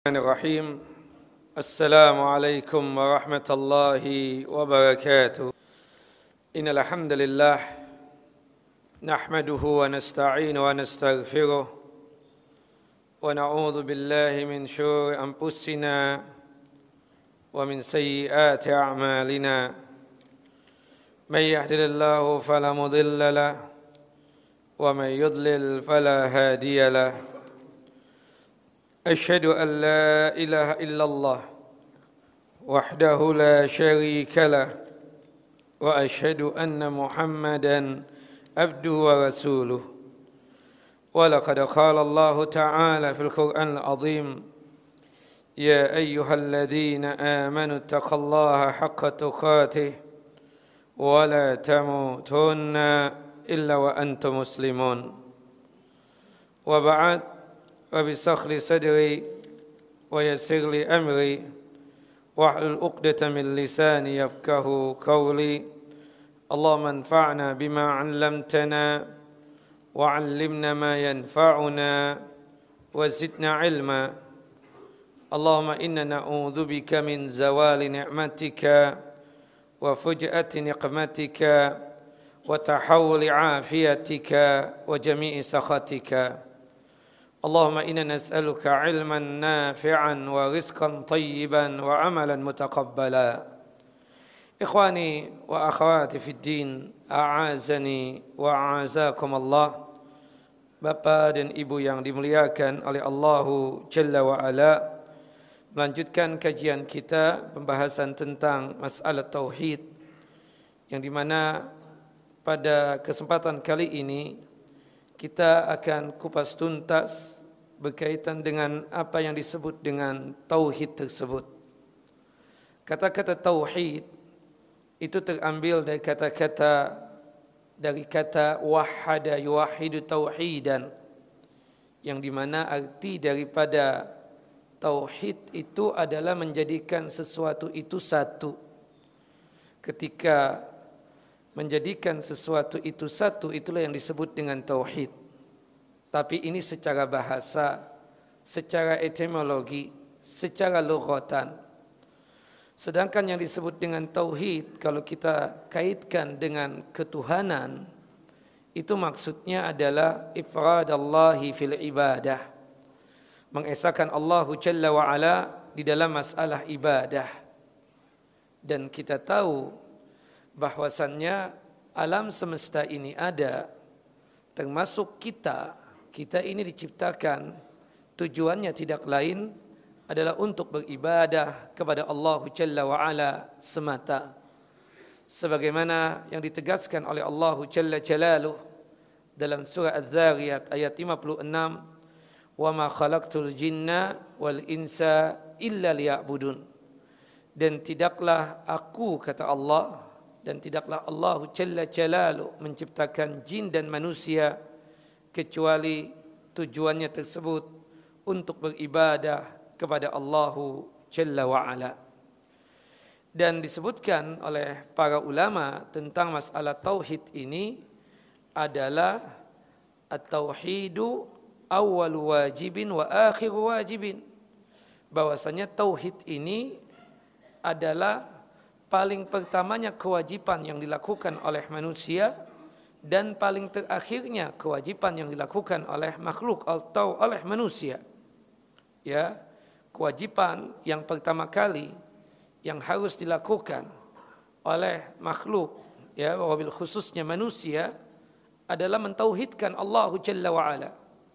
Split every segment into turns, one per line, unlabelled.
الرحيم. السلام عليكم ورحمة الله وبركاته. إن الحمد لله نحمده ونستعين ونستغفره ونعوذ بالله من شرور أنفسنا ومن سيئات أعمالنا. من يهده الله فلا مضل له ومن يضلل فلا هادي له. أشهد أن لا إله إلا الله وحده لا شريك له وأشهد أن محمدا عبده ورسوله. ولقد قال الله تعالى في القرآن العظيم: يا أيها الذين آمنوا اتقوا الله حق تقاته ولا تموتن إلا وأنتم مسلمون. وبعد، رب اشرح لي صدري ويسر لي أمري واحلل عقدة من لساني يفقهوا قولي. اللهم انفعنا بما علمتنا وعلمنا ما ينفعنا وزدنا علما. اللهم إنا نعوذ بك من زوال نعمتك وفجأة نقمتك وتحول عافيتك وجميع سخطك. اللهم إنا نسألك علما نافعا ورزقا طيبا وعملا متقبلا. إخواني وأخواتي في الدين، أعازني وأعزاكم الله. Bapak dan Ibu yang dimuliakan oleh Allah Jalla wa Ala, melanjutkan kajian kita pembahasan tentang masalah tauhid, yang dimana pada kesempatan kali ini kita akan kupas tuntas berkaitan dengan apa yang disebut dengan tauhid tersebut. Kata-kata tauhid itu terambil dari kata wahada yuwahidu tauhidan, yang dimana arti daripada tauhid itu adalah menjadikan sesuatu itu satu. Ketika menjadikan sesuatu itu satu, itulah yang disebut dengan tauhid. Tapi ini secara bahasa, secara etimologi, secara lughatan. Sedangkan yang disebut dengan tauhid, kalau kita kaitkan dengan ketuhanan, itu maksudnya adalah ifradallahi fil ibadah, mengesahkan Allah Jalla wa Ala di dalam masalah ibadah. Dan kita tahu bahwasannya alam semesta ini ada, termasuk kita ini diciptakan, tujuannya tidak lain adalah untuk beribadah kepada Allah Jalla wa Ala semata. Sebagaimana yang ditegaskan oleh Allah Jalla Jalaluh dalam surah Az-Zariyat ayat 56, "Wa ma khalaqtul jinna wal insa illa liya'budun." Dan tidaklah aku, kata Allah, dan tidaklah Allah Jalla Jalaluh menciptakan jin dan manusia kecuali tujuannya tersebut untuk beribadah kepada Allah Jalla wa'ala. Dan disebutkan oleh para ulama tentang masalah tauhid ini adalah at-tauhidu awal wajibin wa akhir wajibin, bahwasanya tauhid ini adalah paling pertamanya kewajiban yang dilakukan oleh manusia dan paling terakhirnya kewajiban yang dilakukan oleh makhluk atau oleh manusia. Ya, kewajiban yang pertama kali yang harus dilakukan oleh makhluk, ya, wabil khususnya manusia, adalah mentauhidkan Allah Jalla wa Ala.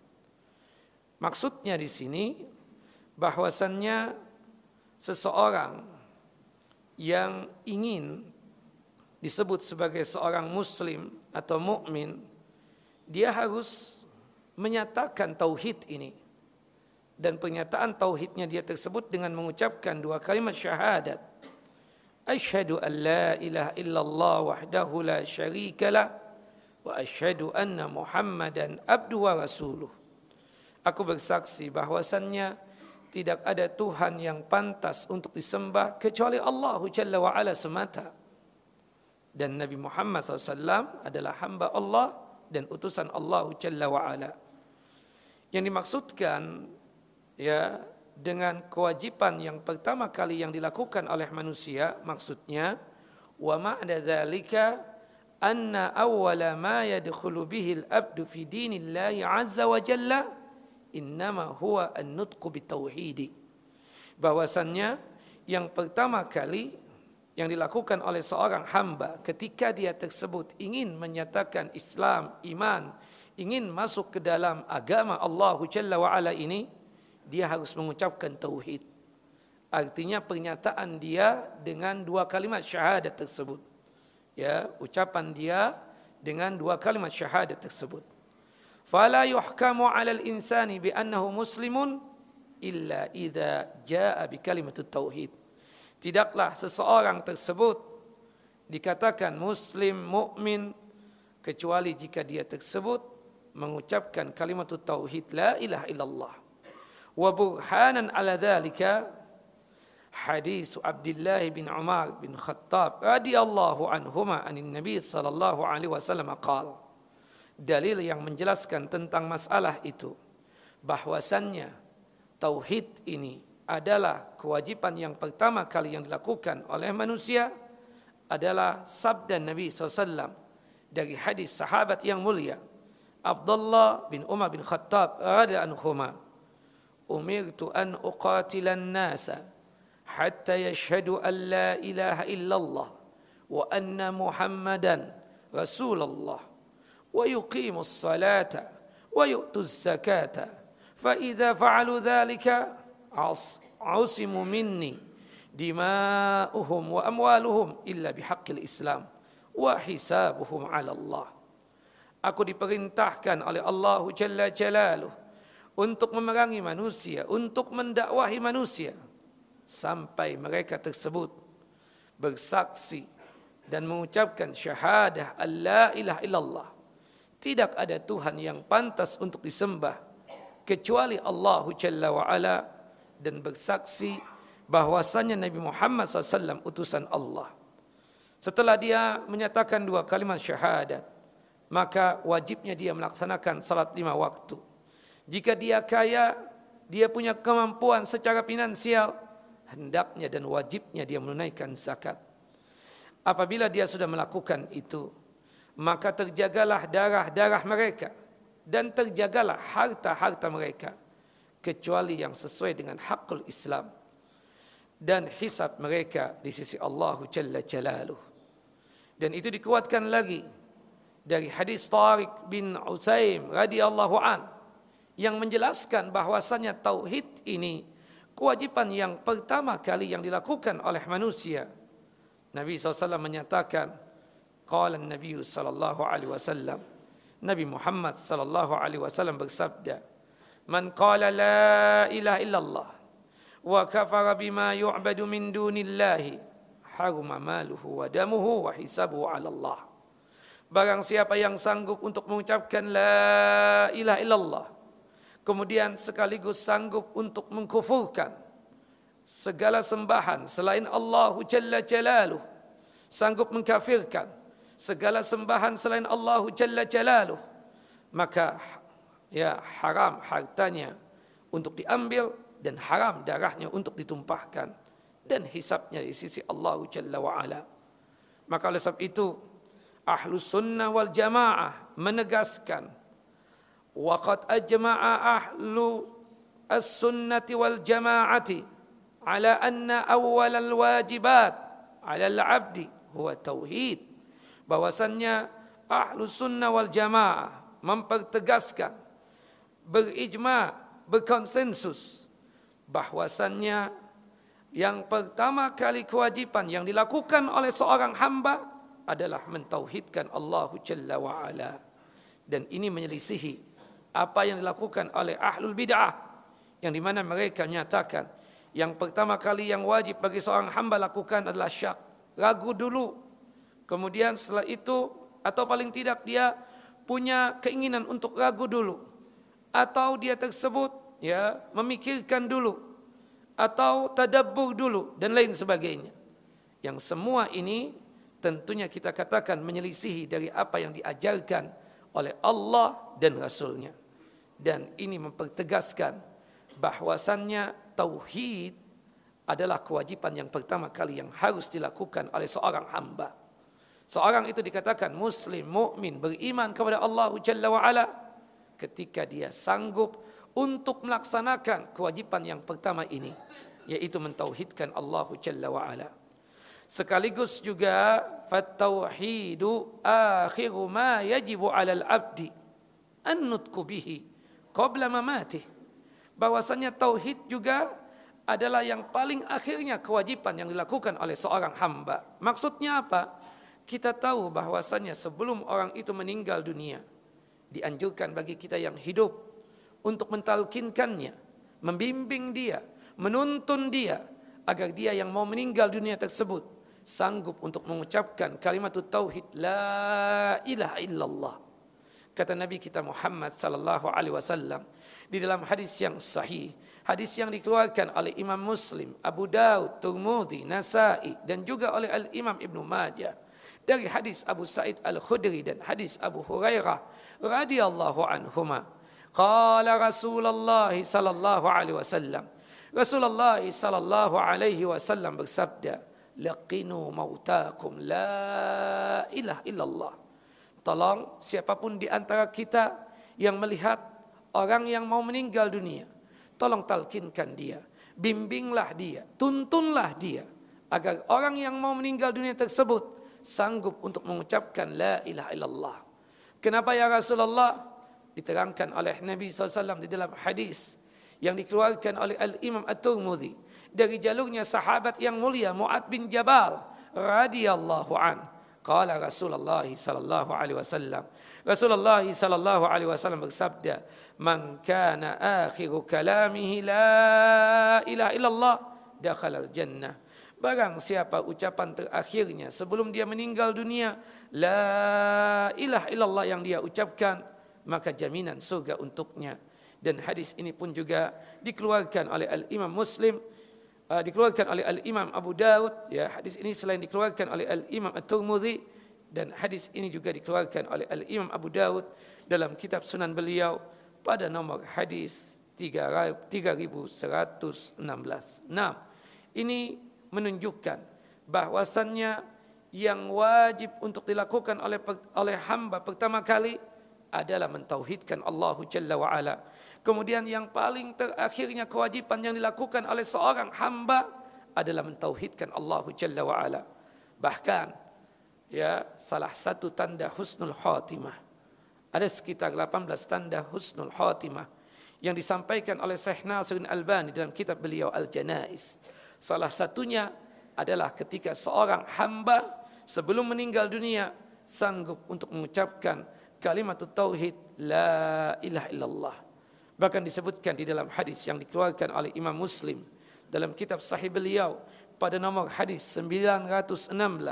Maksudnya di sini bahwasannya seseorang yang ingin disebut sebagai seorang muslim atau mukmin, dia harus menyatakan tauhid ini. Dan pernyataan tauhidnya dia tersebut dengan mengucapkan dua kalimat syahadat. Asyhadu an la ilaha illallah wahdahu la syarikalah wa asyhadu anna Muhammadan abduhu wa rasuluh. Aku bersaksi bahwasannya tidak ada Tuhan yang pantas untuk disembah kecuali Allah Jalla wa Ala semata. Dan Nabi Muhammad SAW adalah hamba Allah dan utusan Allah Jalla wa Ala. Yang dimaksudkan, ya, dengan kewajiban yang pertama kali yang dilakukan oleh manusia, maksudnya wa ma'na dzalika anna awwala ma yadkhulu bihi al-'abdu fi dinillahi 'azza wa jalla innama huwa an-nutqu bitauhid. Bahwasannya yang pertama kali yang dilakukan oleh seorang hamba ketika dia tersebut ingin menyatakan Islam, iman, ingin masuk ke dalam agama Allah Jalla wa Ala ini, dia harus mengucapkan tauhid. Artinya pernyataan dia dengan dua kalimat syahadat tersebut. Ya, ucapan dia dengan dua kalimat syahadat tersebut. Fala yuhkamu 'alal insani bi annahu muslimun illa idza jaa bi kalimatut tauhid. Tidaklah seseorang tersebut dikatakan muslim, mukmin, kecuali jika dia tersebut mengucapkan kalimat tauhid la ilaha illallah. Wa burhanan ala dzalika hadis Abdullah bin Umar bin Khattab radhiyallahu anhuma anin Nabi sallallahu alaihi wasallam qala. Dalil yang menjelaskan tentang masalah itu bahwasannya tauhid ini adalah kewajiban yang pertama kali yang dilakukan oleh manusia adalah sabda Nabi SAW dari hadis sahabat yang mulia Abdullah bin Umar bin Khattab radhiyallahu anhuma, umirtu an uqatilan nasa hatta yashhadu an la ilaha illallah wa anna muhammadan rasulullah wa yuqimus salata wa yu'tuz zakata fa idza fa'alu dhalika asimu minni dima'uhum wa amwaluhum illa bihaqqil Islam wa hisabuhum 'ala Allah. Aku diperintahkan oleh Allah Jalla Jalaluh untuk memerangi manusia, untuk mendakwahi manusia sampai mereka tersebut bersaksi dan mengucapkan syahadah alla ilaha illallah. Tidak ada Tuhan yang pantas untuk disembah kecuali Allah Jalla wa Ala, dan bersaksi bahwasannya Nabi Muhammad SAW utusan Allah. Setelah dia menyatakan dua kalimat syahadat, maka wajibnya dia melaksanakan salat 5 waktu. Jika dia kaya, dia punya kemampuan secara finansial, hendaknya dan wajibnya dia menunaikan zakat. Apabila dia sudah melakukan itu, maka terjagalah darah-darah mereka dan terjagalah harta-harta mereka, kecuali yang sesuai dengan hakul Islam, dan hisab mereka di sisi Allah Jalla Jalaluh. Dan itu dikuatkan lagi dari hadis Tariq bin Usaim radhiyallahu an yang menjelaskan bahwasannya tauhid ini kewajiban yang pertama kali yang dilakukan oleh manusia. Nabi SAW menyatakan, qala Nabi sallallahu alaihi wasallam, Nabi Muhammad sallallahu alaihi wasallam bersabda, man qala la ilaha illallah wa kafara bima yu'badu min dunillahi haruma maluhu wa damuhu wa hisabuhu 'ala Allah. Barang siapa yang sanggup untuk mengucapkan la ilaha illallah, kemudian sekaligus sanggup untuk mengkufurkan segala sembahan selain Allah Jalla Jalaluh, sanggup mengkafirkan segala sembahan selain Allah Jalla Jalaluh, maka ya haram hartanya untuk diambil dan haram darahnya untuk ditumpahkan, dan hisabnya di sisi Allah Jalla wa Ala. Maka oleh sebab itu Ahlus Sunnah wal Jamaah menegaskan, waqad ajma'a ahlu as-sunnati wal jama'ati ala anna awwalal wajibat 'ala al-'abdi huwa tauhid. Bahwasannya Ahlus Sunnah wal Jamaah mempertegaskan, berijma, berkonsensus bahwasannya yang pertama kali kewajiban yang dilakukan oleh seorang hamba adalah mentauhidkan Allah Jalla wa Ala. Dan ini menyelisihi apa yang dilakukan oleh ahlul bid'ah, yang dimana mereka menyatakan yang pertama kali yang wajib bagi seorang hamba lakukan adalah syak, ragu dulu, kemudian setelah itu atau paling tidak dia punya keinginan untuk ragu dulu, atau dia tersebut ya memikirkan dulu, atau tadabbur dulu, dan lain sebagainya. Yang semua ini tentunya kita katakan menyelisihi dari apa yang diajarkan oleh Allah dan Rasulnya. Dan ini mempertegaskan bahwasannya tauhid adalah kewajiban yang pertama kali yang harus dilakukan oleh seorang hamba. Seorang itu dikatakan muslim, mukmin, beriman kepada Allah Jalla wa Ala ketika dia sanggup untuk melaksanakan kewajiban yang pertama ini, yaitu mentauhidkan Allah Jalla wa Ala. Sekaligus juga fattauhidu akhiru ma yajibu 'alal 'abdi an nutqu bihi qabla mamatih. Bahwasanya tauhid juga adalah yang paling akhirnya kewajiban yang dilakukan oleh seorang hamba. Maksudnya apa? Kita tahu bahwasanya sebelum orang itu meninggal dunia, dianjurkan bagi kita yang hidup untuk mentalkinkannya, membimbing dia, menuntun dia agar dia yang mau meninggal dunia tersebut sanggup untuk mengucapkan kalimat tauhid la ilaha illallah. Kata Nabi kita Muhammad sallallahu alaihi wasallam di dalam hadis yang sahih, hadis yang dikeluarkan oleh Imam Muslim, Abu Daud, Tirmidzi, Nasa'i dan juga oleh Al-Imam Ibnu Majah dari hadis Abu Sa'id Al-Khudri dan hadis Abu Hurairah radhiyallahu anhuma. Qala Rasulullah sallallahu alaihi wasallam, Rasulullah sallallahu alaihi wasallam bersabda, laqinu mautakum la ilaha illallah. Tolong siapapun di antara kita yang melihat orang yang mau meninggal dunia, tolong talkinkan dia, bimbinglah dia, tuntunlah dia agar orang yang mau meninggal dunia tersebut sanggup untuk mengucapkan la ilaha illallah. Kenapa ya Rasulullah? Diterangkan oleh Nabi SAW di dalam hadis yang dikeluarkan oleh Al-Imam At-Tirmidzi dari jalurnya sahabat yang mulia Mu'adz bin Jabal radhiyallahu an. Qala Rasulullah sallallahu alaihi wasallam, Rasulullah sallallahu alaihi wasallam bersabda, man kana akhiru kalamihi la ilaha illallah dakhala al-jannah. Barang siapa ucapan terakhirnya sebelum dia meninggal dunia la ilaha illallah yang dia ucapkan, maka jaminan surga untuknya. Dan hadis ini pun juga dikeluarkan oleh Al-Imam Muslim, dikeluarkan oleh Al-Imam Abu Daud. Ya, hadis ini selain dikeluarkan oleh Al-Imam At-Tirmidzi, dan hadis ini juga dikeluarkan oleh Al-Imam Abu Daud dalam kitab Sunan beliau pada nomor hadis 3116. Nah, ini menunjukkan bahwasannya yang wajib untuk dilakukan oleh hamba pertama kali adalah mentauhidkan Allah Jalla wa Ala. Kemudian yang paling terakhirnya kewajiban yang dilakukan oleh seorang hamba adalah mentauhidkan Allah Jalla wa Ala. Bahkan ya, salah satu tanda husnul khatimah, ada sekitar 18 tanda husnul khatimah yang disampaikan oleh Syekh Nasiruddin Albani dalam kitab beliau Al-Janaiz. Salah satunya adalah ketika seorang hamba sebelum meninggal dunia sanggup untuk mengucapkan kalimat tauhid la ilaha illallah. Bahkan disebutkan di dalam hadis yang dikeluarkan oleh Imam Muslim dalam kitab sahih beliau pada nomor hadis 916,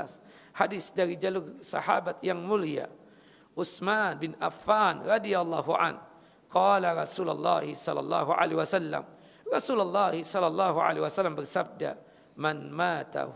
hadis dari jalur sahabat yang mulia Utsman bin Affan radhiyallahu an. Qala Rasulullah sallallahu alaihi wasallam, Rasulullah sallallahu alaihi wasallam bersabda, man mata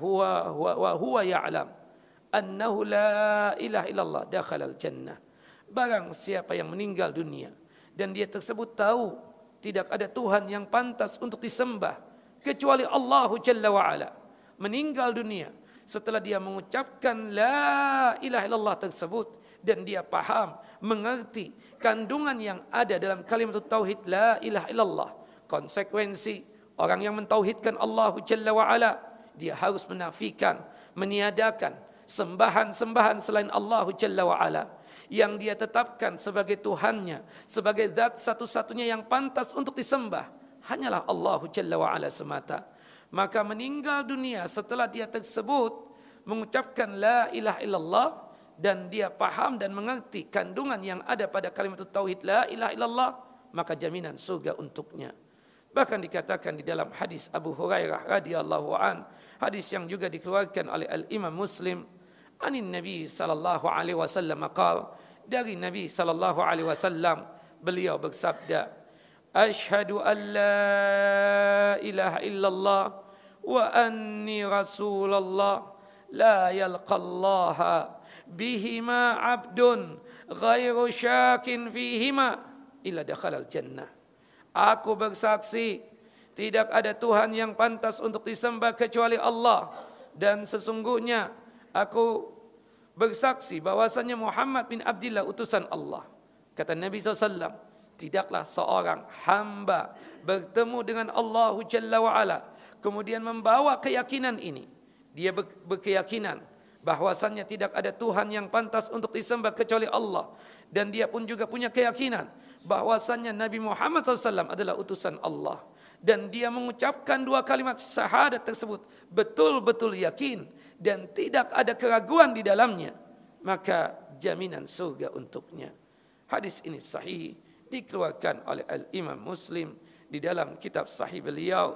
huwa ya'lam annahu la ilaha illallah dakhala al-jannah. Barang siapa yang meninggal dunia dan dia tersebut tahu tidak ada Tuhan yang pantas untuk disembah kecuali Allah Jalla wa Ala, meninggal dunia setelah dia mengucapkan la ilaha illallah tersebut dan dia paham, mengerti kandungan yang ada dalam kalimat tauhid la ilaha illallah. Konsekuensi orang yang mentauhidkan Allah Jalla wa Ala, dia harus menafikan, meniadakan sembahan-sembahan selain Allah Jalla wa Ala yang dia tetapkan sebagai Tuhannya, sebagai zat satu-satunya yang pantas untuk disembah, hanyalah Allah Jalla wa Ala semata. Maka meninggal dunia setelah dia tersebut mengucapkan la ilaha illallah dan dia paham dan mengerti kandungan yang ada pada kalimat tauhid la ilaha illallah, maka jaminan surga untuknya. Bahkan dikatakan di dalam hadis Abu Hurairah radhiyallahu an, hadis yang juga dikeluarkan oleh Al-Imam Muslim, anin Nabi sallallahu alaihi wasallam qala, dari Nabi sallallahu alaihi wasallam beliau bersabda, asyhadu an la ilaha illallah wa anni rasulullah la yalqallaha bihima abdun ghairu syakin fihima illa dakhalal jannah. Aku bersaksi tidak ada Tuhan yang pantas untuk disembah kecuali Allah, dan sesungguhnya aku bersaksi bahwasannya Muhammad bin Abdillah utusan Allah. Kata Nabi SAW, tidaklah seorang hamba bertemu dengan Allah Jalla wa'ala kemudian membawa keyakinan ini. Dia berkeyakinan bahwasannya tidak ada Tuhan yang pantas untuk disembah kecuali Allah, dan dia pun juga punya keyakinan bahwasannya Nabi Muhammad SAW adalah utusan Allah, dan dia mengucapkan dua kalimat syahadat tersebut betul-betul yakin dan tidak ada keraguan di dalamnya, maka jaminan surga untuknya. Hadis ini sahih, dikeluarkan oleh Al-Imam Muslim di dalam kitab sahih beliau.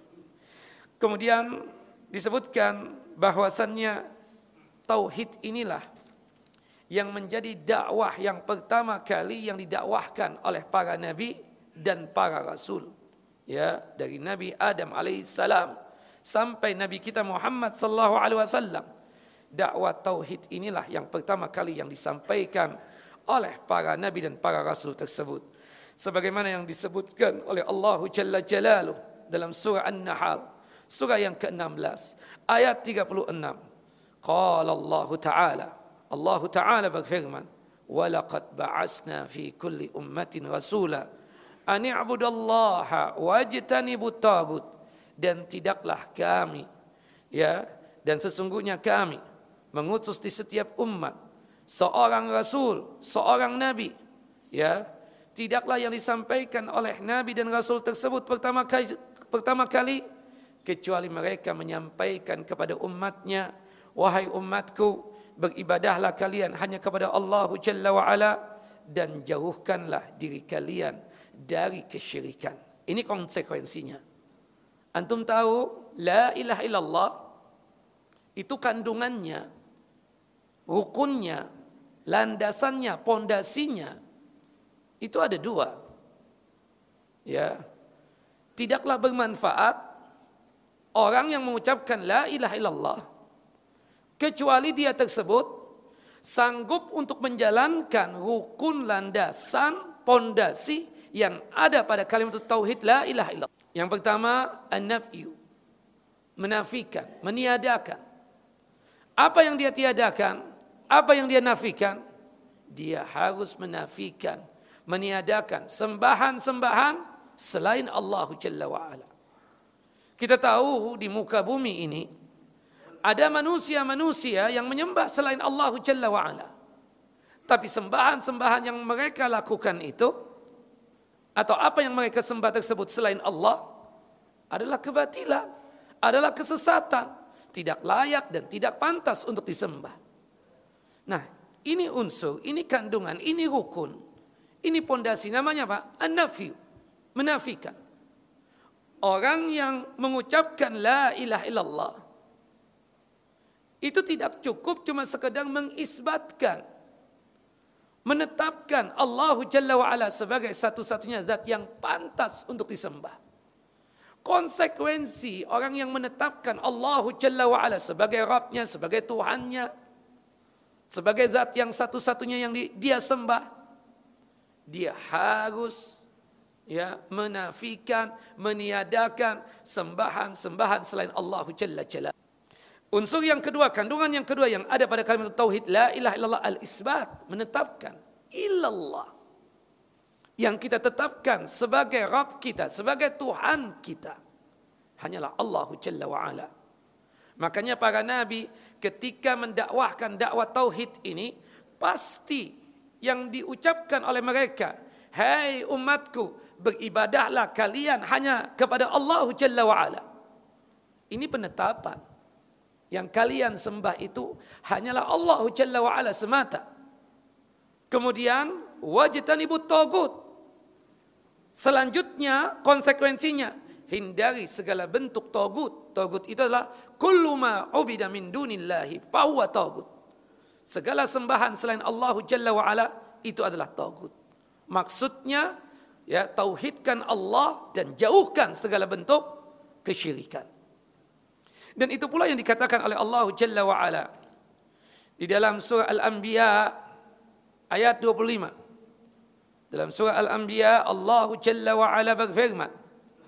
Kemudian disebutkan bahwasannya tauhid inilah yang menjadi dakwah yang pertama kali yang didakwahkan oleh para nabi dan para rasul. Ya, dari Nabi Adam alaihissalam sampai Nabi kita Muhammad sallallahu alaihi wasallam. Dakwah tauhid inilah yang pertama kali yang disampaikan oleh para nabi dan para rasul tersebut. Sebagaimana yang disebutkan oleh Allah Jalla Jalaluh dalam surah An-Nahl, surah yang ke-16, ayat 36. Qala Allah Ta'ala, Allah Ta'ala berfirman, وَلَقَدْ بَعَثْنَا فِي كُلِّ أُمَّةٍ رَسُولًا أَنِ اعْبُدُوا اللَّهَ وَاجْتَنِبُوا الطَّاغُوتَ. Dan tidaklah kami, ya, dan sesungguhnya kami mengutus di setiap umat seorang rasul, seorang nabi, ya. Tidaklah yang disampaikan oleh nabi dan rasul tersebut pertama kali kecuali mereka menyampaikan kepada umatnya, wahai umatku, beribadahlah kalian hanya kepada Allah Jalla wa'ala, dan jauhkanlah diri kalian dari kesyirikan. Ini konsekuensinya. Antum tahu la ilaha illallah itu kandungannya, rukunnya, landasannya, pondasinya itu ada dua. Ya. Tidaklah bermanfaat orang yang mengucapkan la ilaha illallah kecuali dia tersebut sanggup untuk menjalankan rukun, landasan, pondasi yang ada pada kalimat tauhid la ilaha illallah. Yang pertama, an-nafyu, menafikan, meniadakan. Apa yang dia tiadakan? Apa yang dia nafikan? Dia harus menafikan, meniadakan sembahan-sembahan selain Allah Jalla wa'ala. Kita tahu di muka bumi ini ada manusia-manusia yang menyembah selain Allah Jalla wa'ala. Tapi sembahan-sembahan yang mereka lakukan itu, atau apa yang mereka sembah tersebut selain Allah, adalah kebatilan, adalah kesesatan, tidak layak dan tidak pantas untuk disembah. Nah, ini unsur, ini kandungan, ini rukun, ini pondasi, namanya apa? An-nafyu, menafikan. Orang yang mengucapkan la ilaha illallah itu tidak cukup cuma sekedar mengisbatkan, menetapkan Allah Jalla wa'ala sebagai satu-satunya zat yang pantas untuk disembah. Konsekuensi orang yang menetapkan Allah Jalla wa'ala sebagai Rabbnya, sebagai Tuhannya, sebagai zat yang satu-satunya yang dia sembah, dia harus, ya, menafikan, meniadakan sembahan-sembahan selain Allah Jalla Jalla. Unsur yang kedua, kandungan yang kedua yang ada pada kalimat tauhid la ilaha illallah, al-isbat, menetapkan illallah, yang kita tetapkan sebagai Rabb kita, sebagai Tuhan kita hanyalah Allah Jalla wa'ala. Makanya para nabi ketika mendakwahkan dakwah tauhid ini, pasti yang diucapkan oleh mereka, hai umatku, beribadahlah kalian hanya kepada Allah Jalla wa'ala. Ini penetapan. Yang kalian sembah itu hanyalah Allah Jalla wa'ala semata. Kemudian wajtanibut tagut. Selanjutnya konsekuensinya, hindari segala bentuk tagut. Tagut itu adalah kullu ma ubida min dunillahi fahuwa tagut. Segala sembahan selain Allah Jalla wa'ala itu adalah tagut. Maksudnya, ya, tauhidkan Allah dan jauhkan segala bentuk kesyirikan. Dan itu pula yang dikatakan oleh Allah Jalla wa'ala di dalam surah Al-Anbiya ayat 25. Dalam surah Al-Anbiya Allah Jalla wa'ala berfirman,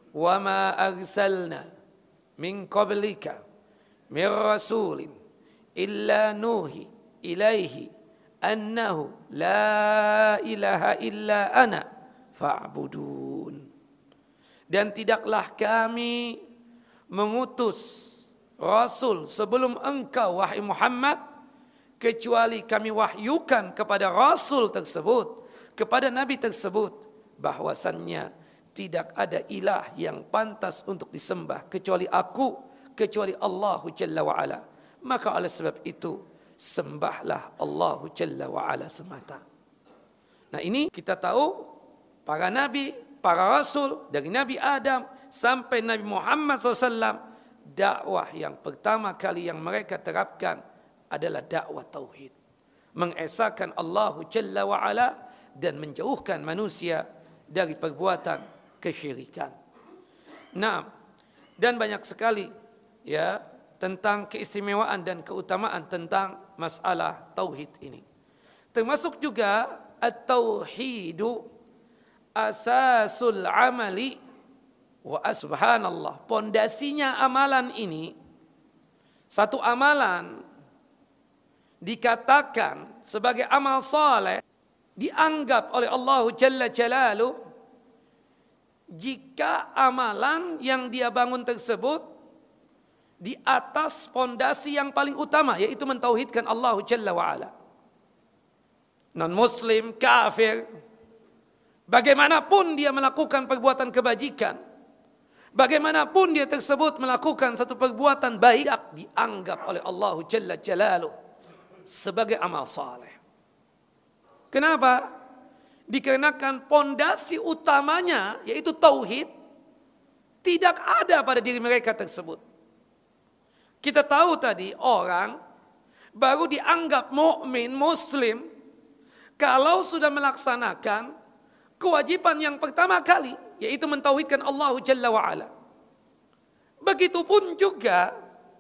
wa ma arsalna min qablika min rasulin illa nuhi ilaihi annahu la ilaha illa ana fa'budun. Dan tidaklah kami mengutus Rasul sebelum engkau wahai Muhammad, kecuali kami wahyukan kepada Rasul tersebut, kepada Nabi tersebut, bahwasannya tidak ada ilah yang pantas untuk disembah kecuali aku, kecuali Allah Jalla wa'ala. Maka oleh sebab itu sembahlah Allah Jalla wa'ala semata. Nah ini kita tahu para nabi, para rasul dari Nabi Adam sampai Nabi Muhammad SAW, dakwah yang pertama kali yang mereka terapkan adalah dakwah tauhid, mengesahkan Allah Jalla wa'ala dan menjauhkan manusia dari perbuatan kesyirikan. Nah, dan banyak sekali ya tentang keistimewaan dan keutamaan tentang masalah tauhid ini. Termasuk juga at-tauhidu asasul amali wa subhanallah, pondasinya amalan ini, satu amalan dikatakan sebagai amal saleh, dianggap oleh Allah Jalla Jalaluh jika amalan yang dia bangun tersebut di atas pondasi yang paling utama, yaitu mentauhidkan Allah Jalla wa'ala. Non-muslim, kafir, bagaimanapun dia melakukan perbuatan kebajikan, bagaimanapun dia tersebut melakukan satu perbuatan baik, dianggap oleh Allah Jalla Jalaluh sebagai amal saleh. Kenapa? Dikarenakan pondasi utamanya yaitu tauhid tidak ada pada diri mereka tersebut. Kita tahu tadi orang baru dianggap mukmin muslim kalau sudah melaksanakan kewajiban yang pertama kali, yaitu mentauhidkan Allah Jalla wa'ala. Begitupun juga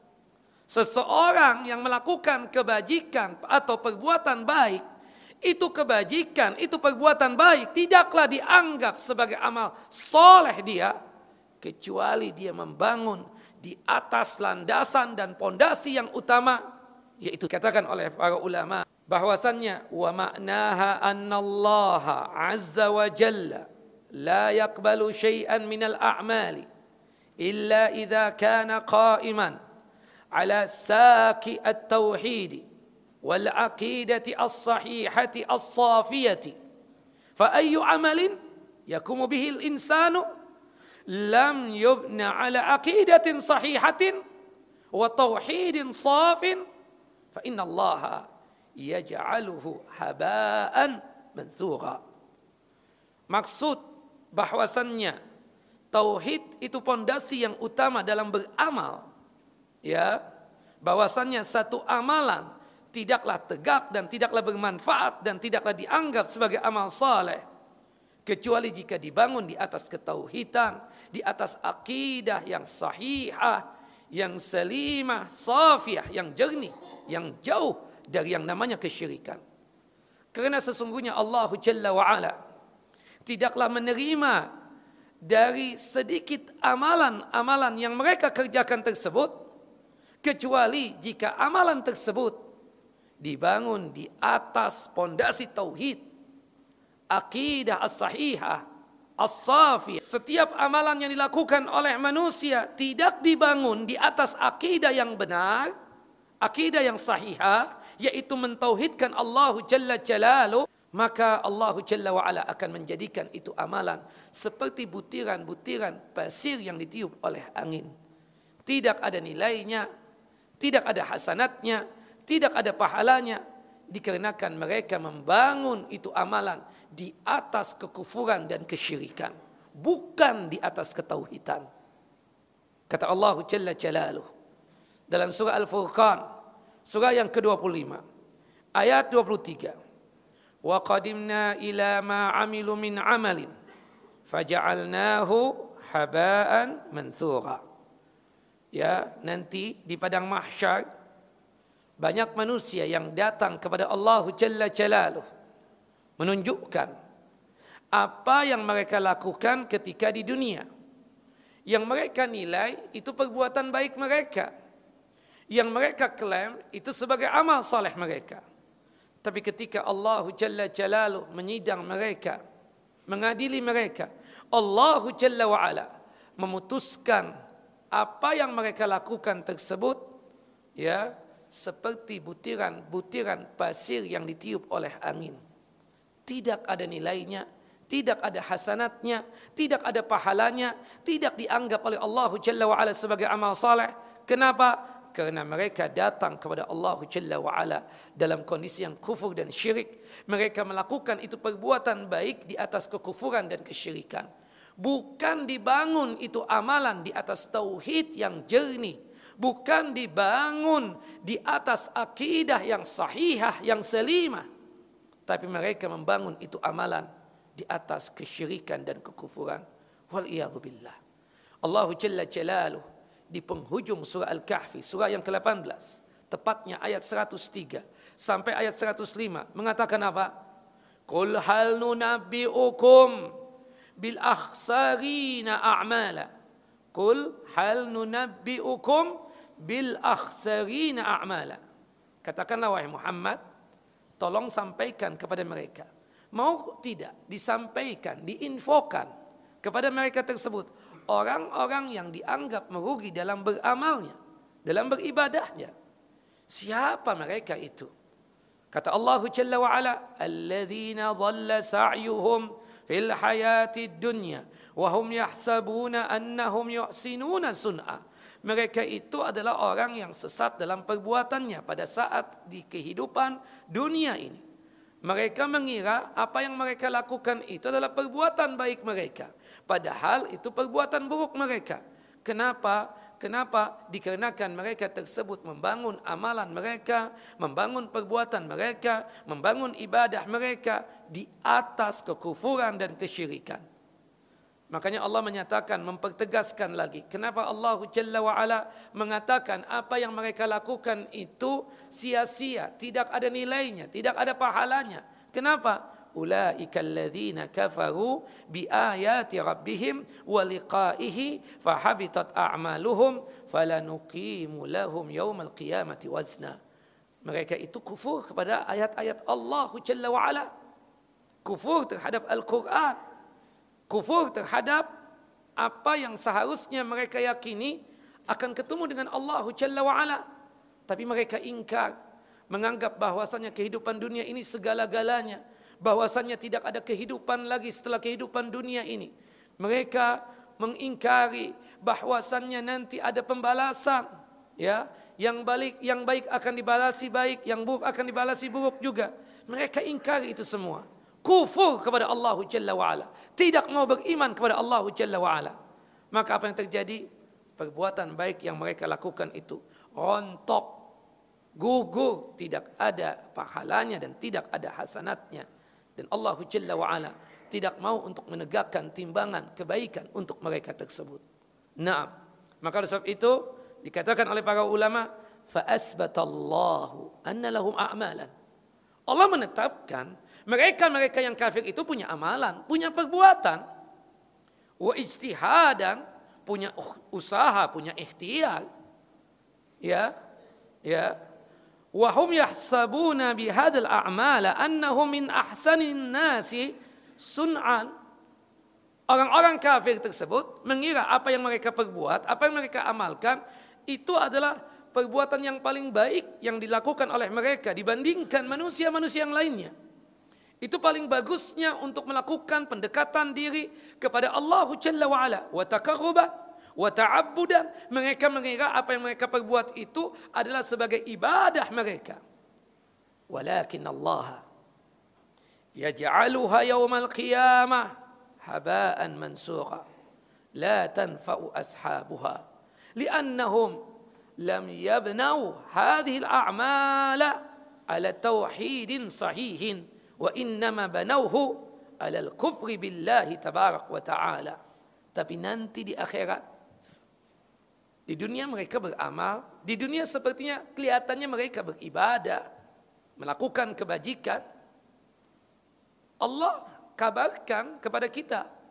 seseorang yang melakukan kebajikan atau perbuatan baik, itu kebajikan, itu perbuatan baik, tidaklah dianggap sebagai amal soleh dia, kecuali dia membangun di atas landasan dan pondasi yang utama, yaitu katakan oleh para ulama bahwasannya wa ma'naha annallaha azza wa jalla la yaqbalu syai'an minal a'mali illa idza kana qa'iman ala saqi at-tauhid wal aqidati as-sahihati as-safiyati fa ayyu amalin yakumu bihi al-insanu lam yubna ala aqidatin sahihatin wa tauhidin safin fa inna allaha yaj'aluhu haba'an manthura. Maksud bahwasannya tauhid itu pondasi yang utama dalam beramal, ya, bahwasannya satu amalan tidaklah tegak dan tidaklah bermanfaat dan tidaklah dianggap sebagai amal saleh kecuali jika dibangun di atas ketauhidan, di atas akidah yang sahihah, yang salimah, safiyah, yang jernih, yang jauh dari yang namanya kesyirikan. Karena sesungguhnya Allah Jalla wa'ala tidaklah menerima dari sedikit amalan-amalan yang mereka kerjakan tersebut, kecuali jika amalan tersebut dibangun di atas pondasi tauhid, akidah as-sahihah, as-safiyah. Setiap amalan yang dilakukan oleh manusia tidak dibangun di atas akidah yang benar, akidah yang sahihah, yaitu mentauhidkan Allah Jalla Jalaluh, maka Allah Jalla wa'ala akan menjadikan itu amalan seperti butiran-butiran pasir yang ditiup oleh angin. Tidak ada nilainya, tidak ada hasanatnya, tidak ada pahalanya, dikarenakan mereka membangun itu amalan di atas kekufuran dan kesyirikan, bukan di atas ketauhidan. Kata Allah Jalla Jalaluh dalam surah Al-Furqan, surah yang ke-25, ayat 23. Wa qadimna ila ma amilu min amalin faja'alnahu haba'an manthura. Ya, nanti di padang mahsyar banyak manusia yang datang kepada Allah Jalla Jalaluh menunjukkan apa yang mereka lakukan ketika di dunia. Yang mereka nilai itu perbuatan baik mereka. Yang mereka klaim itu sebagai amal saleh mereka. Tapi ketika Allah Jalla Jalaluh menyidang mereka, mengadili mereka, Allah Jalla wa'ala memutuskan apa yang mereka lakukan tersebut ya seperti butiran-butiran pasir yang ditiup oleh angin. Tidak ada nilainya, tidak ada hasanatnya, tidak ada pahalanya, tidak dianggap oleh Allah Jalla wa'ala sebagai amal saleh. Kenapa? Karena mereka datang kepada Allah Jalla wa'ala dalam kondisi yang kufur dan syirik. Mereka melakukan itu perbuatan baik di atas kekufuran dan kesyirikan. Bukan dibangun itu amalan di atas tauhid yang jernih. Bukan dibangun di atas akidah yang sahihah, yang selimah. Tapi mereka membangun itu amalan di atas kesyirikan dan kekufuran. Wal'iyadzubillah. Allah Jalla Jalaluh di penghujung surah Al-Kahfi, surah yang ke-18, tepatnya ayat 103 sampai ayat 105, mengatakan apa? Qul hal nunabbi'ukum bil akhsarina a'mala. Qul hal nunabbi'ukum bil akhsarina a'mala. Katakanlah wahai Muhammad, tolong sampaikan kepada mereka. Mau tidak disampaikan, diinfokan kepada mereka tersebut orang-orang yang dianggap merugi dalam beramalnya, dalam beribadahnya. Siapa mereka itu? Kata Allah Jalla wa'ala, alladzina dhalla sa'yuhum fil hayati dunya wa hum yahsabuna annahum yuhsinuna sun'a. Mereka itu adalah orang yang sesat dalam perbuatannya pada saat di kehidupan dunia ini. Mereka mengira apa yang mereka lakukan itu adalah perbuatan baik mereka. Padahal itu perbuatan buruk mereka. Kenapa? Kenapa? Dikarenakan mereka tersebut membangun amalan mereka, membangun perbuatan mereka, membangun ibadah mereka di atas kekufuran dan kesyirikan. Makanya Allah menyatakan, mempertegaskan lagi. Kenapa Allah Jalla wa'ala mengatakan apa yang mereka lakukan itu sia-sia, tidak ada nilainya, tidak ada pahalanya. Kenapa? Ulaika alladzina kafaru biayati rabbihim wa liqa'ihi fahabitat a'maluhum falanuqimu lahum yaumal qiyamati wazna. Mereka itu kufur kepada ayat-ayat Allah Jalla wa'ala. Kufur terhadap Al-Quran. Kufur terhadap apa yang seharusnya mereka yakini akan ketemu dengan Allah Jalla wa'ala. Tapi mereka ingkar, menganggap bahwasannya kehidupan dunia ini segala-galanya, bahwasannya tidak ada kehidupan lagi setelah kehidupan dunia ini. Mereka mengingkari bahwasannya nanti ada pembalasan, ya, yang baik akan dibalasi baik, yang buruk akan dibalasi buruk juga. Mereka ingkari itu semua. Kufur kepada Allah Jalla wa'ala, tidak mau beriman kepada Allah Jalla wa'ala. Maka apa yang terjadi? Perbuatan baik yang mereka lakukan itu rontok, gugur, tidak ada pahalanya dan tidak ada hasanatnya. Dan Allah Jalla wa'ala tidak mau untuk menegakkan timbangan kebaikan untuk mereka tersebut. Naam. Maka oleh sebab itu dikatakan oleh para ulama, fa'asbatallahu anna lahum a'malan. Allah menetapkan mereka yang kafir itu punya amalan, punya perbuatan. Wa ijtihadan, punya usaha, punya ikhtiar. Ya. Wa hum yahsabuna bihadzal a'mala annahum min ahsanin nasi sun'an. Orang-orang kafir tersebut mengira apa yang mereka perbuat, apa yang mereka amalkan itu adalah perbuatan yang paling baik yang dilakukan oleh mereka dibandingkan manusia-manusia yang lainnya. Itu paling bagusnya untuk melakukan pendekatan diri kepada Allah Jalla wa'ala wa taqarruban wa ta'abbudan. Mereka mengira apa yang mereka perbuat itu adalah sebagai ibadah mereka. Walakin Allah yaj'aluha yawmal qiyamah haba'an mansura la tanfa'u ashabuha li'annahum lam yabnau hadhihi al-a'mala ala tauhidin sahihin wa innama banauhu ala al-kufri billahi tabarak wa ta'ala. Tapi nanti di akhirat, di dunia mereka beramal, di dunia sepertinya kelihatannya mereka beribadah, melakukan kebajikan. Allah kabarkan kepada kita,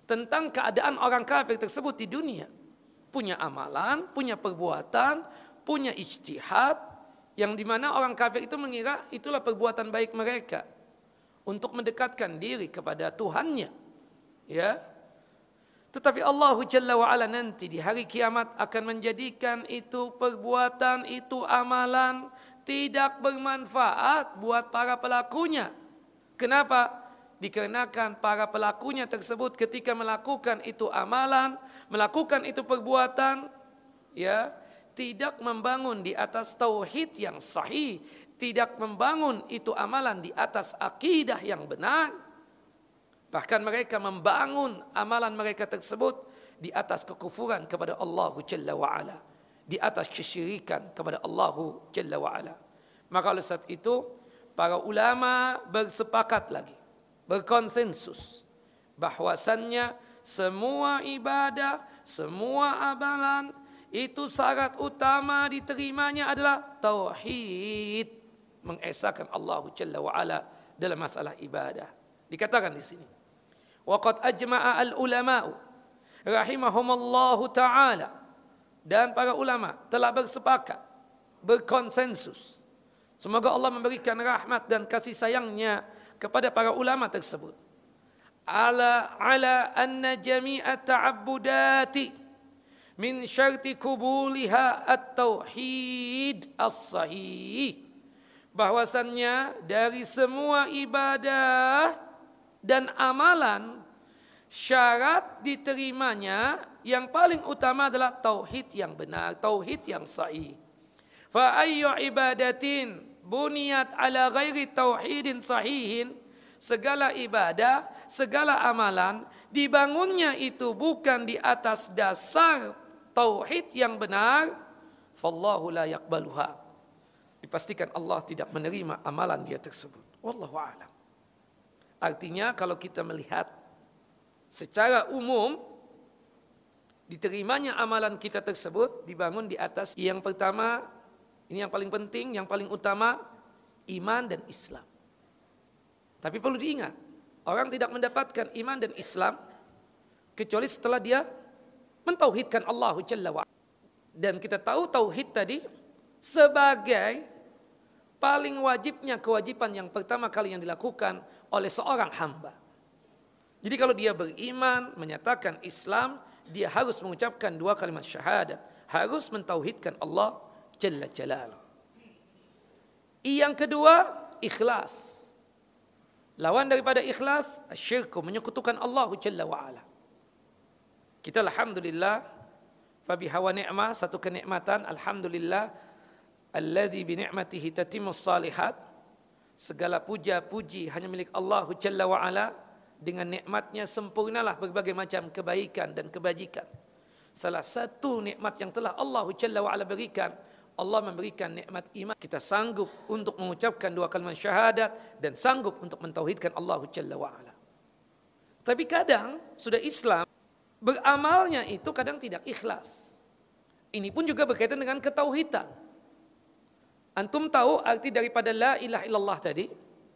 tentang keadaan orang kafir tersebut di dunia. Punya amalan, punya perbuatan, punya ijtihad, yang dimana orang kafir itu mengira itulah perbuatan baik mereka untuk mendekatkan diri kepada Tuhannya. Ya. Tetapi Allah Jalla wa'ala nanti di hari kiamat akan menjadikan itu perbuatan, itu amalan tidak bermanfaat buat para pelakunya. Kenapa? Dikarenakan para pelakunya tersebut ketika melakukan itu amalan, melakukan itu perbuatan, ya, tidak membangun di atas tauhid yang sahih, tidak membangun itu amalan di atas akidah yang benar. Bahkan mereka membangun amalan mereka tersebut di atas kekufuran kepada Allah Jalla wa'ala, di atas kesyirikan kepada Allah Jalla wa'ala. Maka oleh sebab itu para ulama bersepakat lagi, berkonsensus bahwasannya semua ibadah, semua amalan itu syarat utama diterimanya adalah tauhid, mengesahkan Allah Jalla wa'ala dalam masalah ibadah. Dikatakan di sini, waqad ajma'a al-ulama'u rahimahumallahu ta'ala, dan para ulama telah bersepakat, berkonsensus, semoga Allah memberikan rahmat dan kasih sayangnya kepada para ulama tersebut, ala anna jami'a ta'abbudati min syarti kubuliha at-tauhid as-sahih, bahwasannya dari semua ibadah dan amalan syarat diterimanya yang paling utama adalah tauhid yang benar, tauhid yang sahih. Fa ayyu ibadatin buniyat ala ghairi tauhidin sahihin, segala ibadah, segala amalan dibangunnya itu bukan di atas dasar tauhid yang benar, fallahu la yaqbaluha, dipastikan Allah tidak menerima amalan dia tersebut. Wallahu a'lam. Artinya kalau kita melihat secara umum, diterimanya amalan kita tersebut dibangun di atas yang pertama, ini yang paling penting, yang paling utama, iman dan Islam. Tapi perlu diingat, orang tidak mendapatkan iman dan Islam kecuali setelah dia mentauhidkan Allah Jalla wa'ala. Dan kita tahu tauhid tadi sebagai paling wajibnya kewajiban yang pertama kali yang dilakukan oleh seorang hamba. Jadi kalau dia beriman, menyatakan Islam, dia harus mengucapkan 2 kalimat syahadat, harus mentauhidkan Allah Jalla Jalaluh. Yang kedua, ikhlas. Lawan daripada ikhlas, asyirku, menyekutukan Allah Jalla wa'ala. Kita alhamdulillah, fabihawa ni'mah, satu kenikmatan, alhamdulillah, alladzi bi ni'matihi tatimmus salihat. Segala puja-puji hanya milik Allah Jalla wa'ala. Dengan nikmatnya sempurnalah berbagai macam kebaikan dan kebajikan. Salah satu nikmat yang telah Allah Jalla wa'ala berikan, Allah memberikan nikmat iman. Kita sanggup untuk mengucapkan 2 kalimat syahadat dan sanggup untuk mentauhidkan Allah Jalla wa'ala. Tapi kadang sudah Islam, beramalnya itu kadang tidak ikhlas. Ini pun juga berkaitan dengan ketauhidan. Antum tahu arti daripada la ilaha illallah tadi?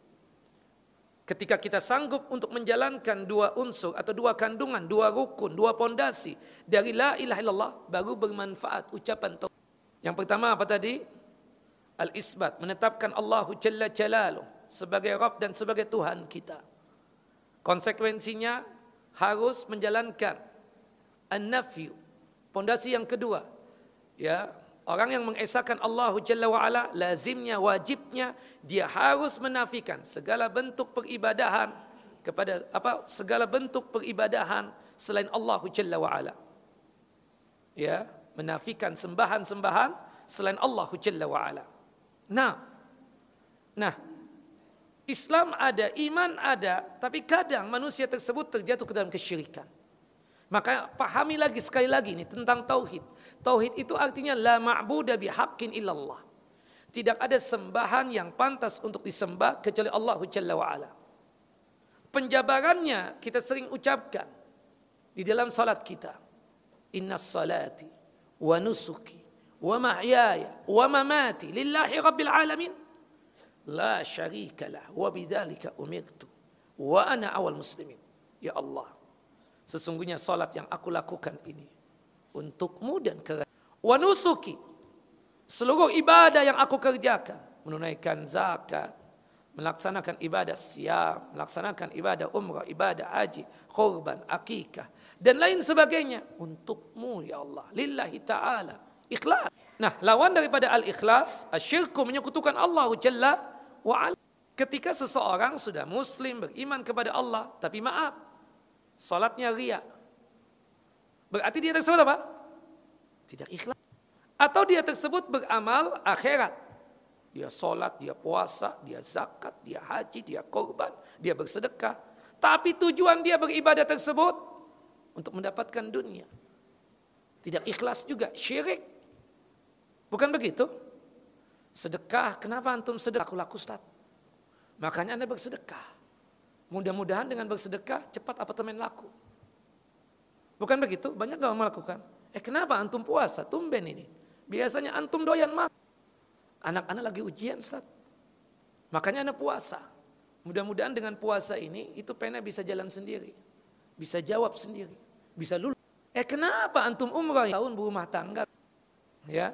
Ketika kita sanggup untuk menjalankan 2 unsur atau 2 kandungan, 2 rukun, 2 pondasi dari la ilaha illallah, baru bermanfaat ucapan tauhid. Yang pertama apa tadi? Al-isbat, menetapkan Allah Jalla Jalaluh sebagai Rabb dan sebagai Tuhan kita. Konsekuensinya harus menjalankan an-nafyu. Pondasi yang kedua, ya, orang yang mengesahkan Allah Jalla wa'ala, lazimnya, wajibnya dia harus menafikan segala bentuk peribadahan kepada segala bentuk peribadahan selain Allah Jalla wa'ala. Ya, menafikan sembahan-sembahan selain Allah Jalla wa'ala. Nah, Islam ada, iman ada, tapi kadang manusia tersebut terjatuh ke dalam kesyirikan. Maka pahami lagi sekali lagi ini tentang tauhid. Tauhid itu artinya la ma'buda bihaqqin illallah. Tidak ada sembahan yang pantas untuk disembah kecuali Allah Jalla wa'ala. Penjabarannya kita sering ucapkan di dalam salat kita. Innas salati wa nusuki wa mahyaya wa mamati lillahi rabbil alamin. La syarika lah wa bidzalika umirtu wa ana awal muslimin. Ya Allah, Sesungguhnya salat yang aku lakukan ini untukmu dan wa nusuki, seluruh ibadah yang aku kerjakan, menunaikan zakat, melaksanakan ibadah siam, melaksanakan ibadah umrah, ibadah haji, kurban, akikah, dan lain sebagainya untukmu ya Allah, lillahi ta'ala, ikhlas. Nah, lawan daripada al-ikhlas, asyirku, menyekutukan Allah Jalla wa'ala. Ketika seseorang sudah muslim, beriman kepada Allah, tapi maaf, salatnya riya, berarti dia tersebut apa? Tidak ikhlas. Atau dia tersebut beramal akhirat. Dia salat, dia puasa, dia zakat, dia haji, dia korban, dia bersedekah. Tapi tujuan dia beribadah tersebut untuk mendapatkan dunia. Tidak ikhlas juga, syirik. Bukan begitu? Sedekah, kenapa antum sedekah? Laku-laku Ustaz. Makanya Anda bersedekah. Mudah-mudahan dengan bersedekah cepat apartemen laku. Bukan begitu? Banyak gak melakukan. Kenapa antum puasa? Tumben ini. Biasanya antum doyan makan. Anak-anak lagi ujian Ustaz. Makanya Anda puasa. Mudah-mudahan dengan puasa ini itu pena bisa jalan sendiri. Bisa jawab sendiri. Bisa lulus. Kenapa antum umrah tahun berumah tangga? Ya.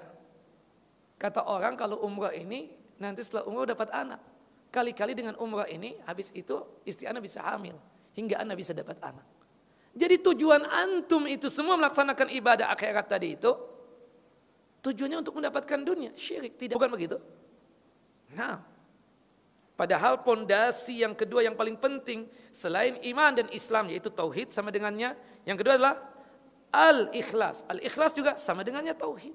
Kata orang kalau umrah ini nanti setelah umrah dapat anak. Kali-kali dengan umrah ini habis itu istri Anda bisa hamil. Hingga Anda bisa dapat anak. Jadi tujuan antum itu semua melaksanakan ibadah akhirat tadi itu. Tujuannya untuk mendapatkan dunia. Syirik, tidak, bukan begitu? Nah, padahal pondasi yang kedua yang paling penting selain iman dan Islam, yaitu tauhid sama dengannya. Yang kedua adalah al-ikhlas. Al-ikhlas juga sama dengannya tauhid.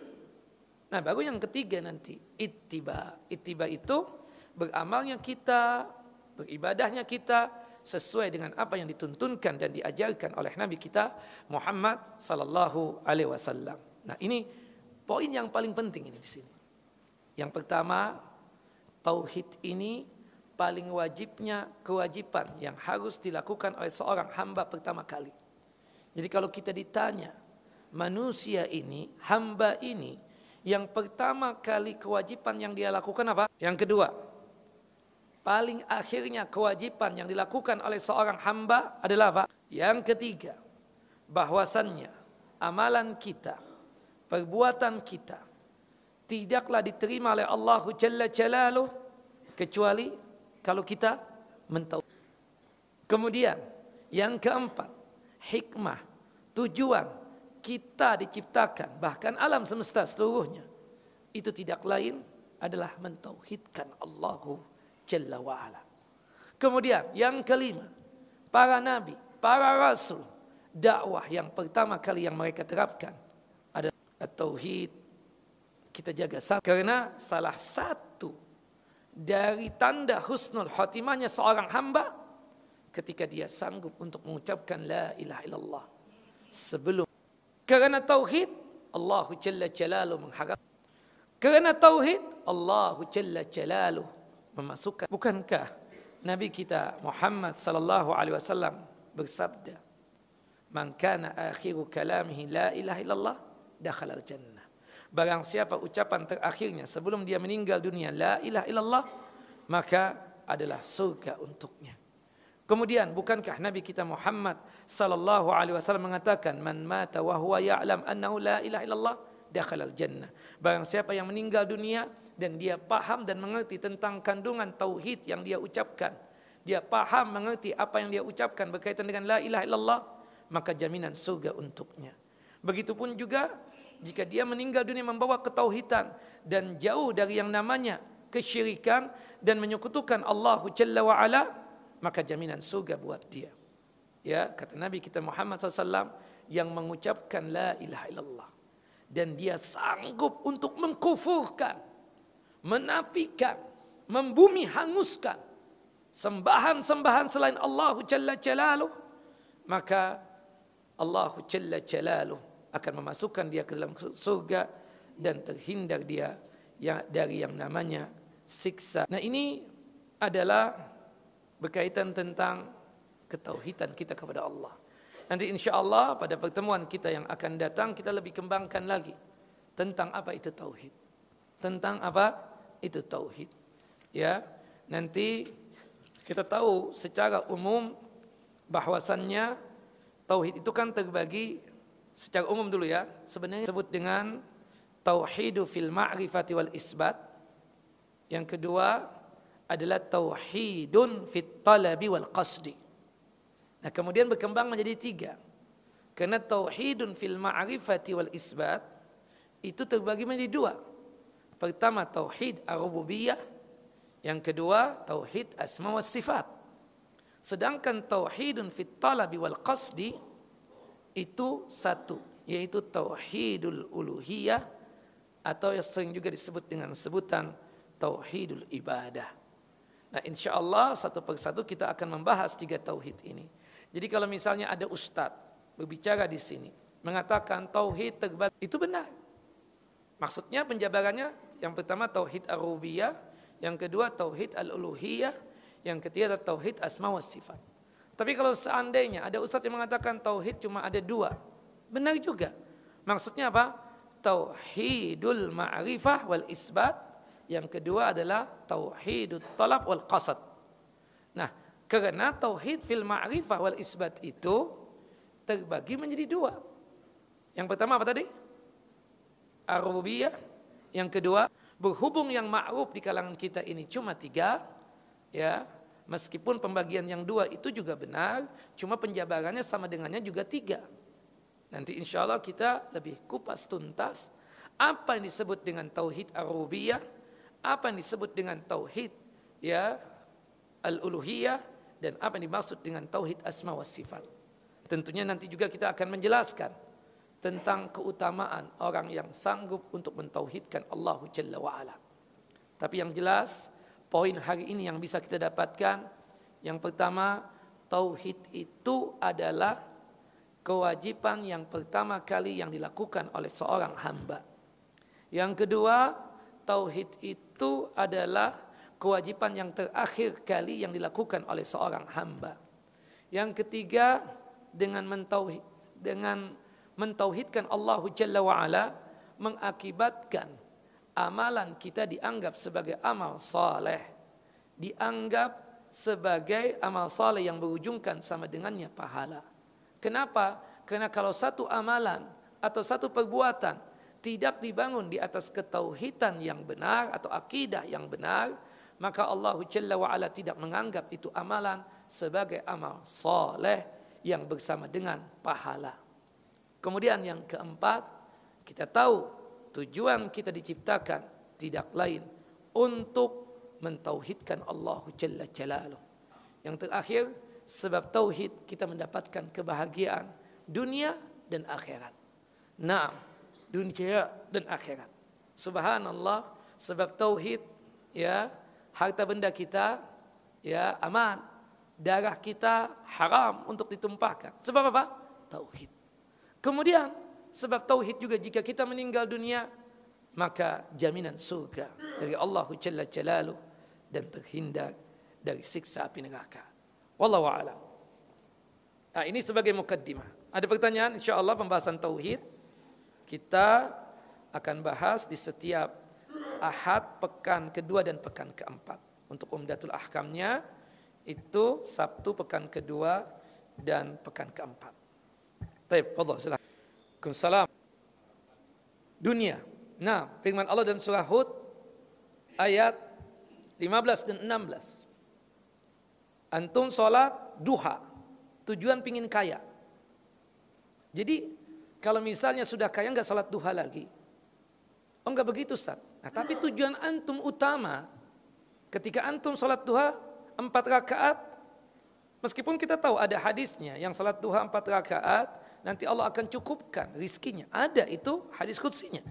Nah, baru yang ketiga nanti ittiba. Ittiba itu beramalnya kita, beribadahnya kita sesuai dengan apa yang dituntunkan dan diajarkan oleh Nabi kita Muhammad sallallahu alaihi wasallam. Nah, ini poin yang paling penting ini di sini. Yang pertama, tauhid ini paling wajibnya kewajiban yang harus dilakukan oleh seorang hamba pertama kali. Jadi kalau kita ditanya, manusia ini, hamba ini, yang pertama kali kewajiban yang dia lakukan apa? Yang kedua, paling akhirnya kewajiban yang dilakukan oleh seorang hamba adalah apa? Yang ketiga, bahwasannya amalan kita, perbuatan kita tidaklah diterima oleh Allah Jalla Jalaluh kecuali kalau kita mentauhid. Kemudian yang keempat, hikmah, tujuan kita diciptakan, bahkan alam semesta seluruhnya, itu tidak lain adalah mentauhidkan Allah Jalla wa'ala. Kemudian yang kelima, para nabi, para rasul, dakwah yang pertama kali yang mereka terapkan adalah tauhid. Kita jaga sabar, karena salah satu dari tanda husnul khotimahnya seorang hamba ketika dia sanggup untuk mengucapkan la ilaha illallah sebelum. Karena tauhid Allah Jalla Jalaluh mengharap. Karena tauhid Allah Jalla Jalaluh memasukkan. Bukankah Nabi kita Muhammad sallallahu alaihi wasallam bersabda, "Man kana akhiru kalamihi la ilaha illallah dakhala al-jannah." Barang siapa ucapan terakhirnya sebelum dia meninggal dunia la ilaha illallah, maka adalah surga untuknya. Kemudian bukankah Nabi kita Muhammad sallallahu alaihi wasallam mengatakan, "Man mata wa huwa ya'lam annahu la ilaha illallah dakhala al-jannah." Barang siapa yang meninggal dunia dan dia paham dan mengerti tentang kandungan tauhid yang dia ucapkan, dia paham mengerti apa yang dia ucapkan berkaitan dengan la ilaha illallah, maka jaminan surga untuknya. Begitupun juga jika dia meninggal dunia membawa ketauhidan dan jauh dari yang namanya kesyirikan dan menyekutukan Allah Jalla wa ala, maka jaminan surga buat dia. Ya, kata Nabi kita Muhammad SAW, yang mengucapkan la ilaha illallah dan dia sanggup untuk mengkufurkan, menafikan, membumi hanguskan sembahan-sembahan selain Allah Jalla Jalaluh, maka Allah Jalla Jalaluh akan memasukkan dia ke dalam surga dan terhindar dia dari yang namanya siksa. Nah, ini adalah berkaitan tentang ketauhidan kita kepada Allah. Nanti insya Allah pada pertemuan kita yang akan datang kita lebih kembangkan lagi tentang apa itu tauhid. Tentang apa itu tauhid. Ya, nanti kita tahu secara umum bahwasannya Tauhid itu kan terbagi secara umum dulu ya. Sebenarnya disebut dengan tauhidu fil ma'rifati wal isbat. Yang kedua adalah tauhidun fit talabi wal qasdi. Nah, kemudian berkembang menjadi 3. Karena tauhidun fil ma'rifati wal isbat itu terbagi menjadi 2. Pertama tauhid ar-rububiyah, yang kedua tauhid asma was sifat. Sedangkan tauhidun fit talabi wal qasdi itu 1, yaitu tauhidul uluhiyah atau yang sering juga disebut dengan sebutan tauhidul ibadah. Nah, insyaallah satu persatu kita akan membahas 3 tauhid ini. Jadi kalau misalnya ada ustadz berbicara di sini mengatakan tauhid terbagi, itu benar. Maksudnya penjabarannya yang pertama tauhid ar-rububiyah, yang kedua tauhid al-uluhiyah, yang ketiga adalah tauhid asma wa sifat. Tapi kalau seandainya ada ustadz yang mengatakan tauhid cuma ada 2, benar juga. Maksudnya apa? Tauhidul ma'rifah wal isbat, yang kedua adalah tauhidut talab wal qasad. Nah, karena tauhid fil ma'rifah wal isbat itu terbagi menjadi 2. Yang pertama apa tadi? Ar-rububiyah. Yang kedua, berhubung yang ma'ruf di kalangan kita ini cuma 3, ya, meskipun pembagian yang 2 itu juga benar, cuma penjabarannya sama dengannya juga 3. Nanti insya Allah kita lebih kupas tuntas apa yang disebut dengan tauhid ar-rububiyah, apa yang disebut dengan tauhid ya al-uluhiyah, dan apa yang dimaksud dengan tauhid asma wa sifat. Tentunya nanti juga kita akan menjelaskan tentang keutamaan orang yang sanggup untuk mentauhidkan Allah Jalla wa'ala. Tapi yang jelas poin hari ini yang bisa kita dapatkan, yang pertama, tauhid itu adalah kewajiban yang pertama kali yang dilakukan oleh seorang hamba. Yang kedua, tauhid itu adalah kewajiban yang terakhir kali yang dilakukan oleh seorang hamba. Yang ketiga, dengan mentauhidkan Allah Jalla wa'ala mengakibatkan amalan kita dianggap sebagai amal saleh, dianggap sebagai amal saleh yang berujungkan sama dengannya pahala. Kenapa? Karena kalau satu amalan atau satu perbuatan tidak dibangun di atas ketauhidan yang benar atau akidah yang benar, maka Allah Jalla wa'ala tidak menganggap itu amalan sebagai amal saleh yang bersama dengan pahala. Kemudian yang keempat, kita tahu tujuan kita diciptakan tidak lain untuk mentauhidkan Allah Jalla Jalaluh. Yang terakhir, sebab tauhid kita mendapatkan kebahagiaan dunia dan akhirat. Naam, dunia dan akhirat. Subhanallah, sebab tauhid ya harta benda kita ya aman, darah kita haram untuk ditumpahkan. Sebab apa? Tauhid. Kemudian sebab tauhid juga jika kita meninggal dunia maka jaminan surga dari Allah Jalla Jalaluh dan terhindar dari siksa api neraka. Wallahu a'lam. Nah, ini sebagai mukaddimah. Ada pertanyaan? Insyaallah pembahasan tauhid kita akan bahas di setiap Ahad pekan kedua dan pekan keempat. Untuk Umdatul Ahkamnya itu Sabtu pekan kedua dan pekan keempat. Baik, fadhil silakan. Waalaikumsalam. Dunia. Nah, firman Allah dalam surah Hud ayat 15 dan 16. Antum sholat duha, tujuan pingin kaya. Jadi kalau misalnya sudah kaya enggak sholat duha lagi. Oh enggak begitu Ustaz. Nah, tapi tujuan antum utama ketika antum sholat duha 4 rakaat, meskipun kita tahu ada hadisnya yang sholat duha 4 rakaat nanti Allah akan cukupkan rizkinya. Ada itu hadis qudsinya.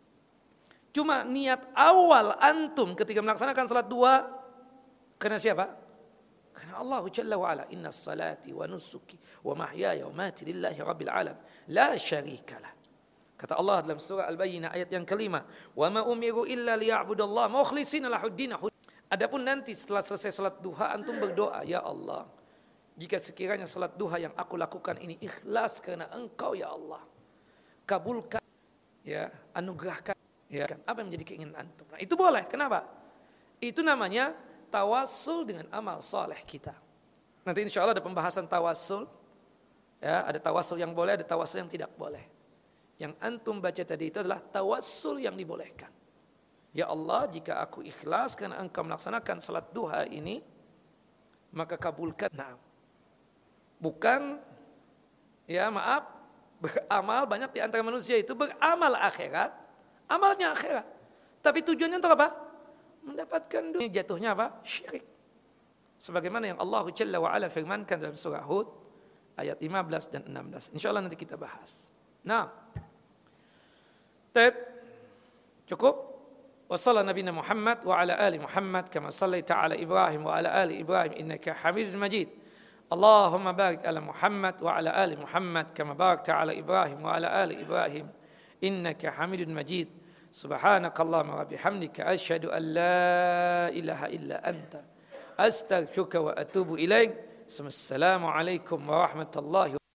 Cuma niat awal antum ketika melaksanakan sholat duha karena siapa? Karena Allah Jalla wa'ala, inna salati wa nusuki wa mahyaya wa mati lillahi rabbil alam la syarikalah. Kata Allah dalam surah Al-Bayyinah ayat yang kelima, wa ma umiru illa liya'budallaha mukhlishina lahuddin. Adapun nanti setelah selesai salat duha antum berdoa, ya Allah, jika sekiranya salat duha yang aku lakukan ini ikhlas karena Engkau ya Allah, kabulkan ya, anugerahkan ya, apa yang menjadi keinginan antum. Nah, itu boleh. Kenapa? Itu namanya tawassul dengan amal soleh kita. Nanti insya Allah ada pembahasan tawassul Ya, ada tawassul yang boleh, ada tawassul yang tidak boleh. Yang antum baca tadi itu adalah tawassul yang dibolehkan. Ya Allah, jika aku ikhlas karena engkau melaksanakan salat duha ini, maka kabulkan. Nah, bukan, ya maaf, beramal banyak di antara manusia itu beramal akhirat, amalnya akhirat. Tapi tujuannya untuk apa? Mendapatkan dunia. Jatuhnya apa? Syirik. Sebagaimana yang Allah Jalla wa'ala firmankan dalam surah Hud, ayat 15 dan 16. InsyaAllah nanti kita bahas. Nah, cukup. Wassallallahu nabiyana Muhammad wa ala ali Muhammad kama sallaita ala Ibrahim wa ala ali Ibrahim innaka Hamidum Majid. Allahumma barik ala Muhammad wa ala ali Muhammad kama barakta ala Ibrahim wa ala ali Ibrahim innaka Hamidum Majid. Subhanakallahumma wa bihamdika asyhadu an la ilaha illa anta astaghfiruka wa atubu ilaik. Assalamualaikum warahmatullahi wabarakatuh.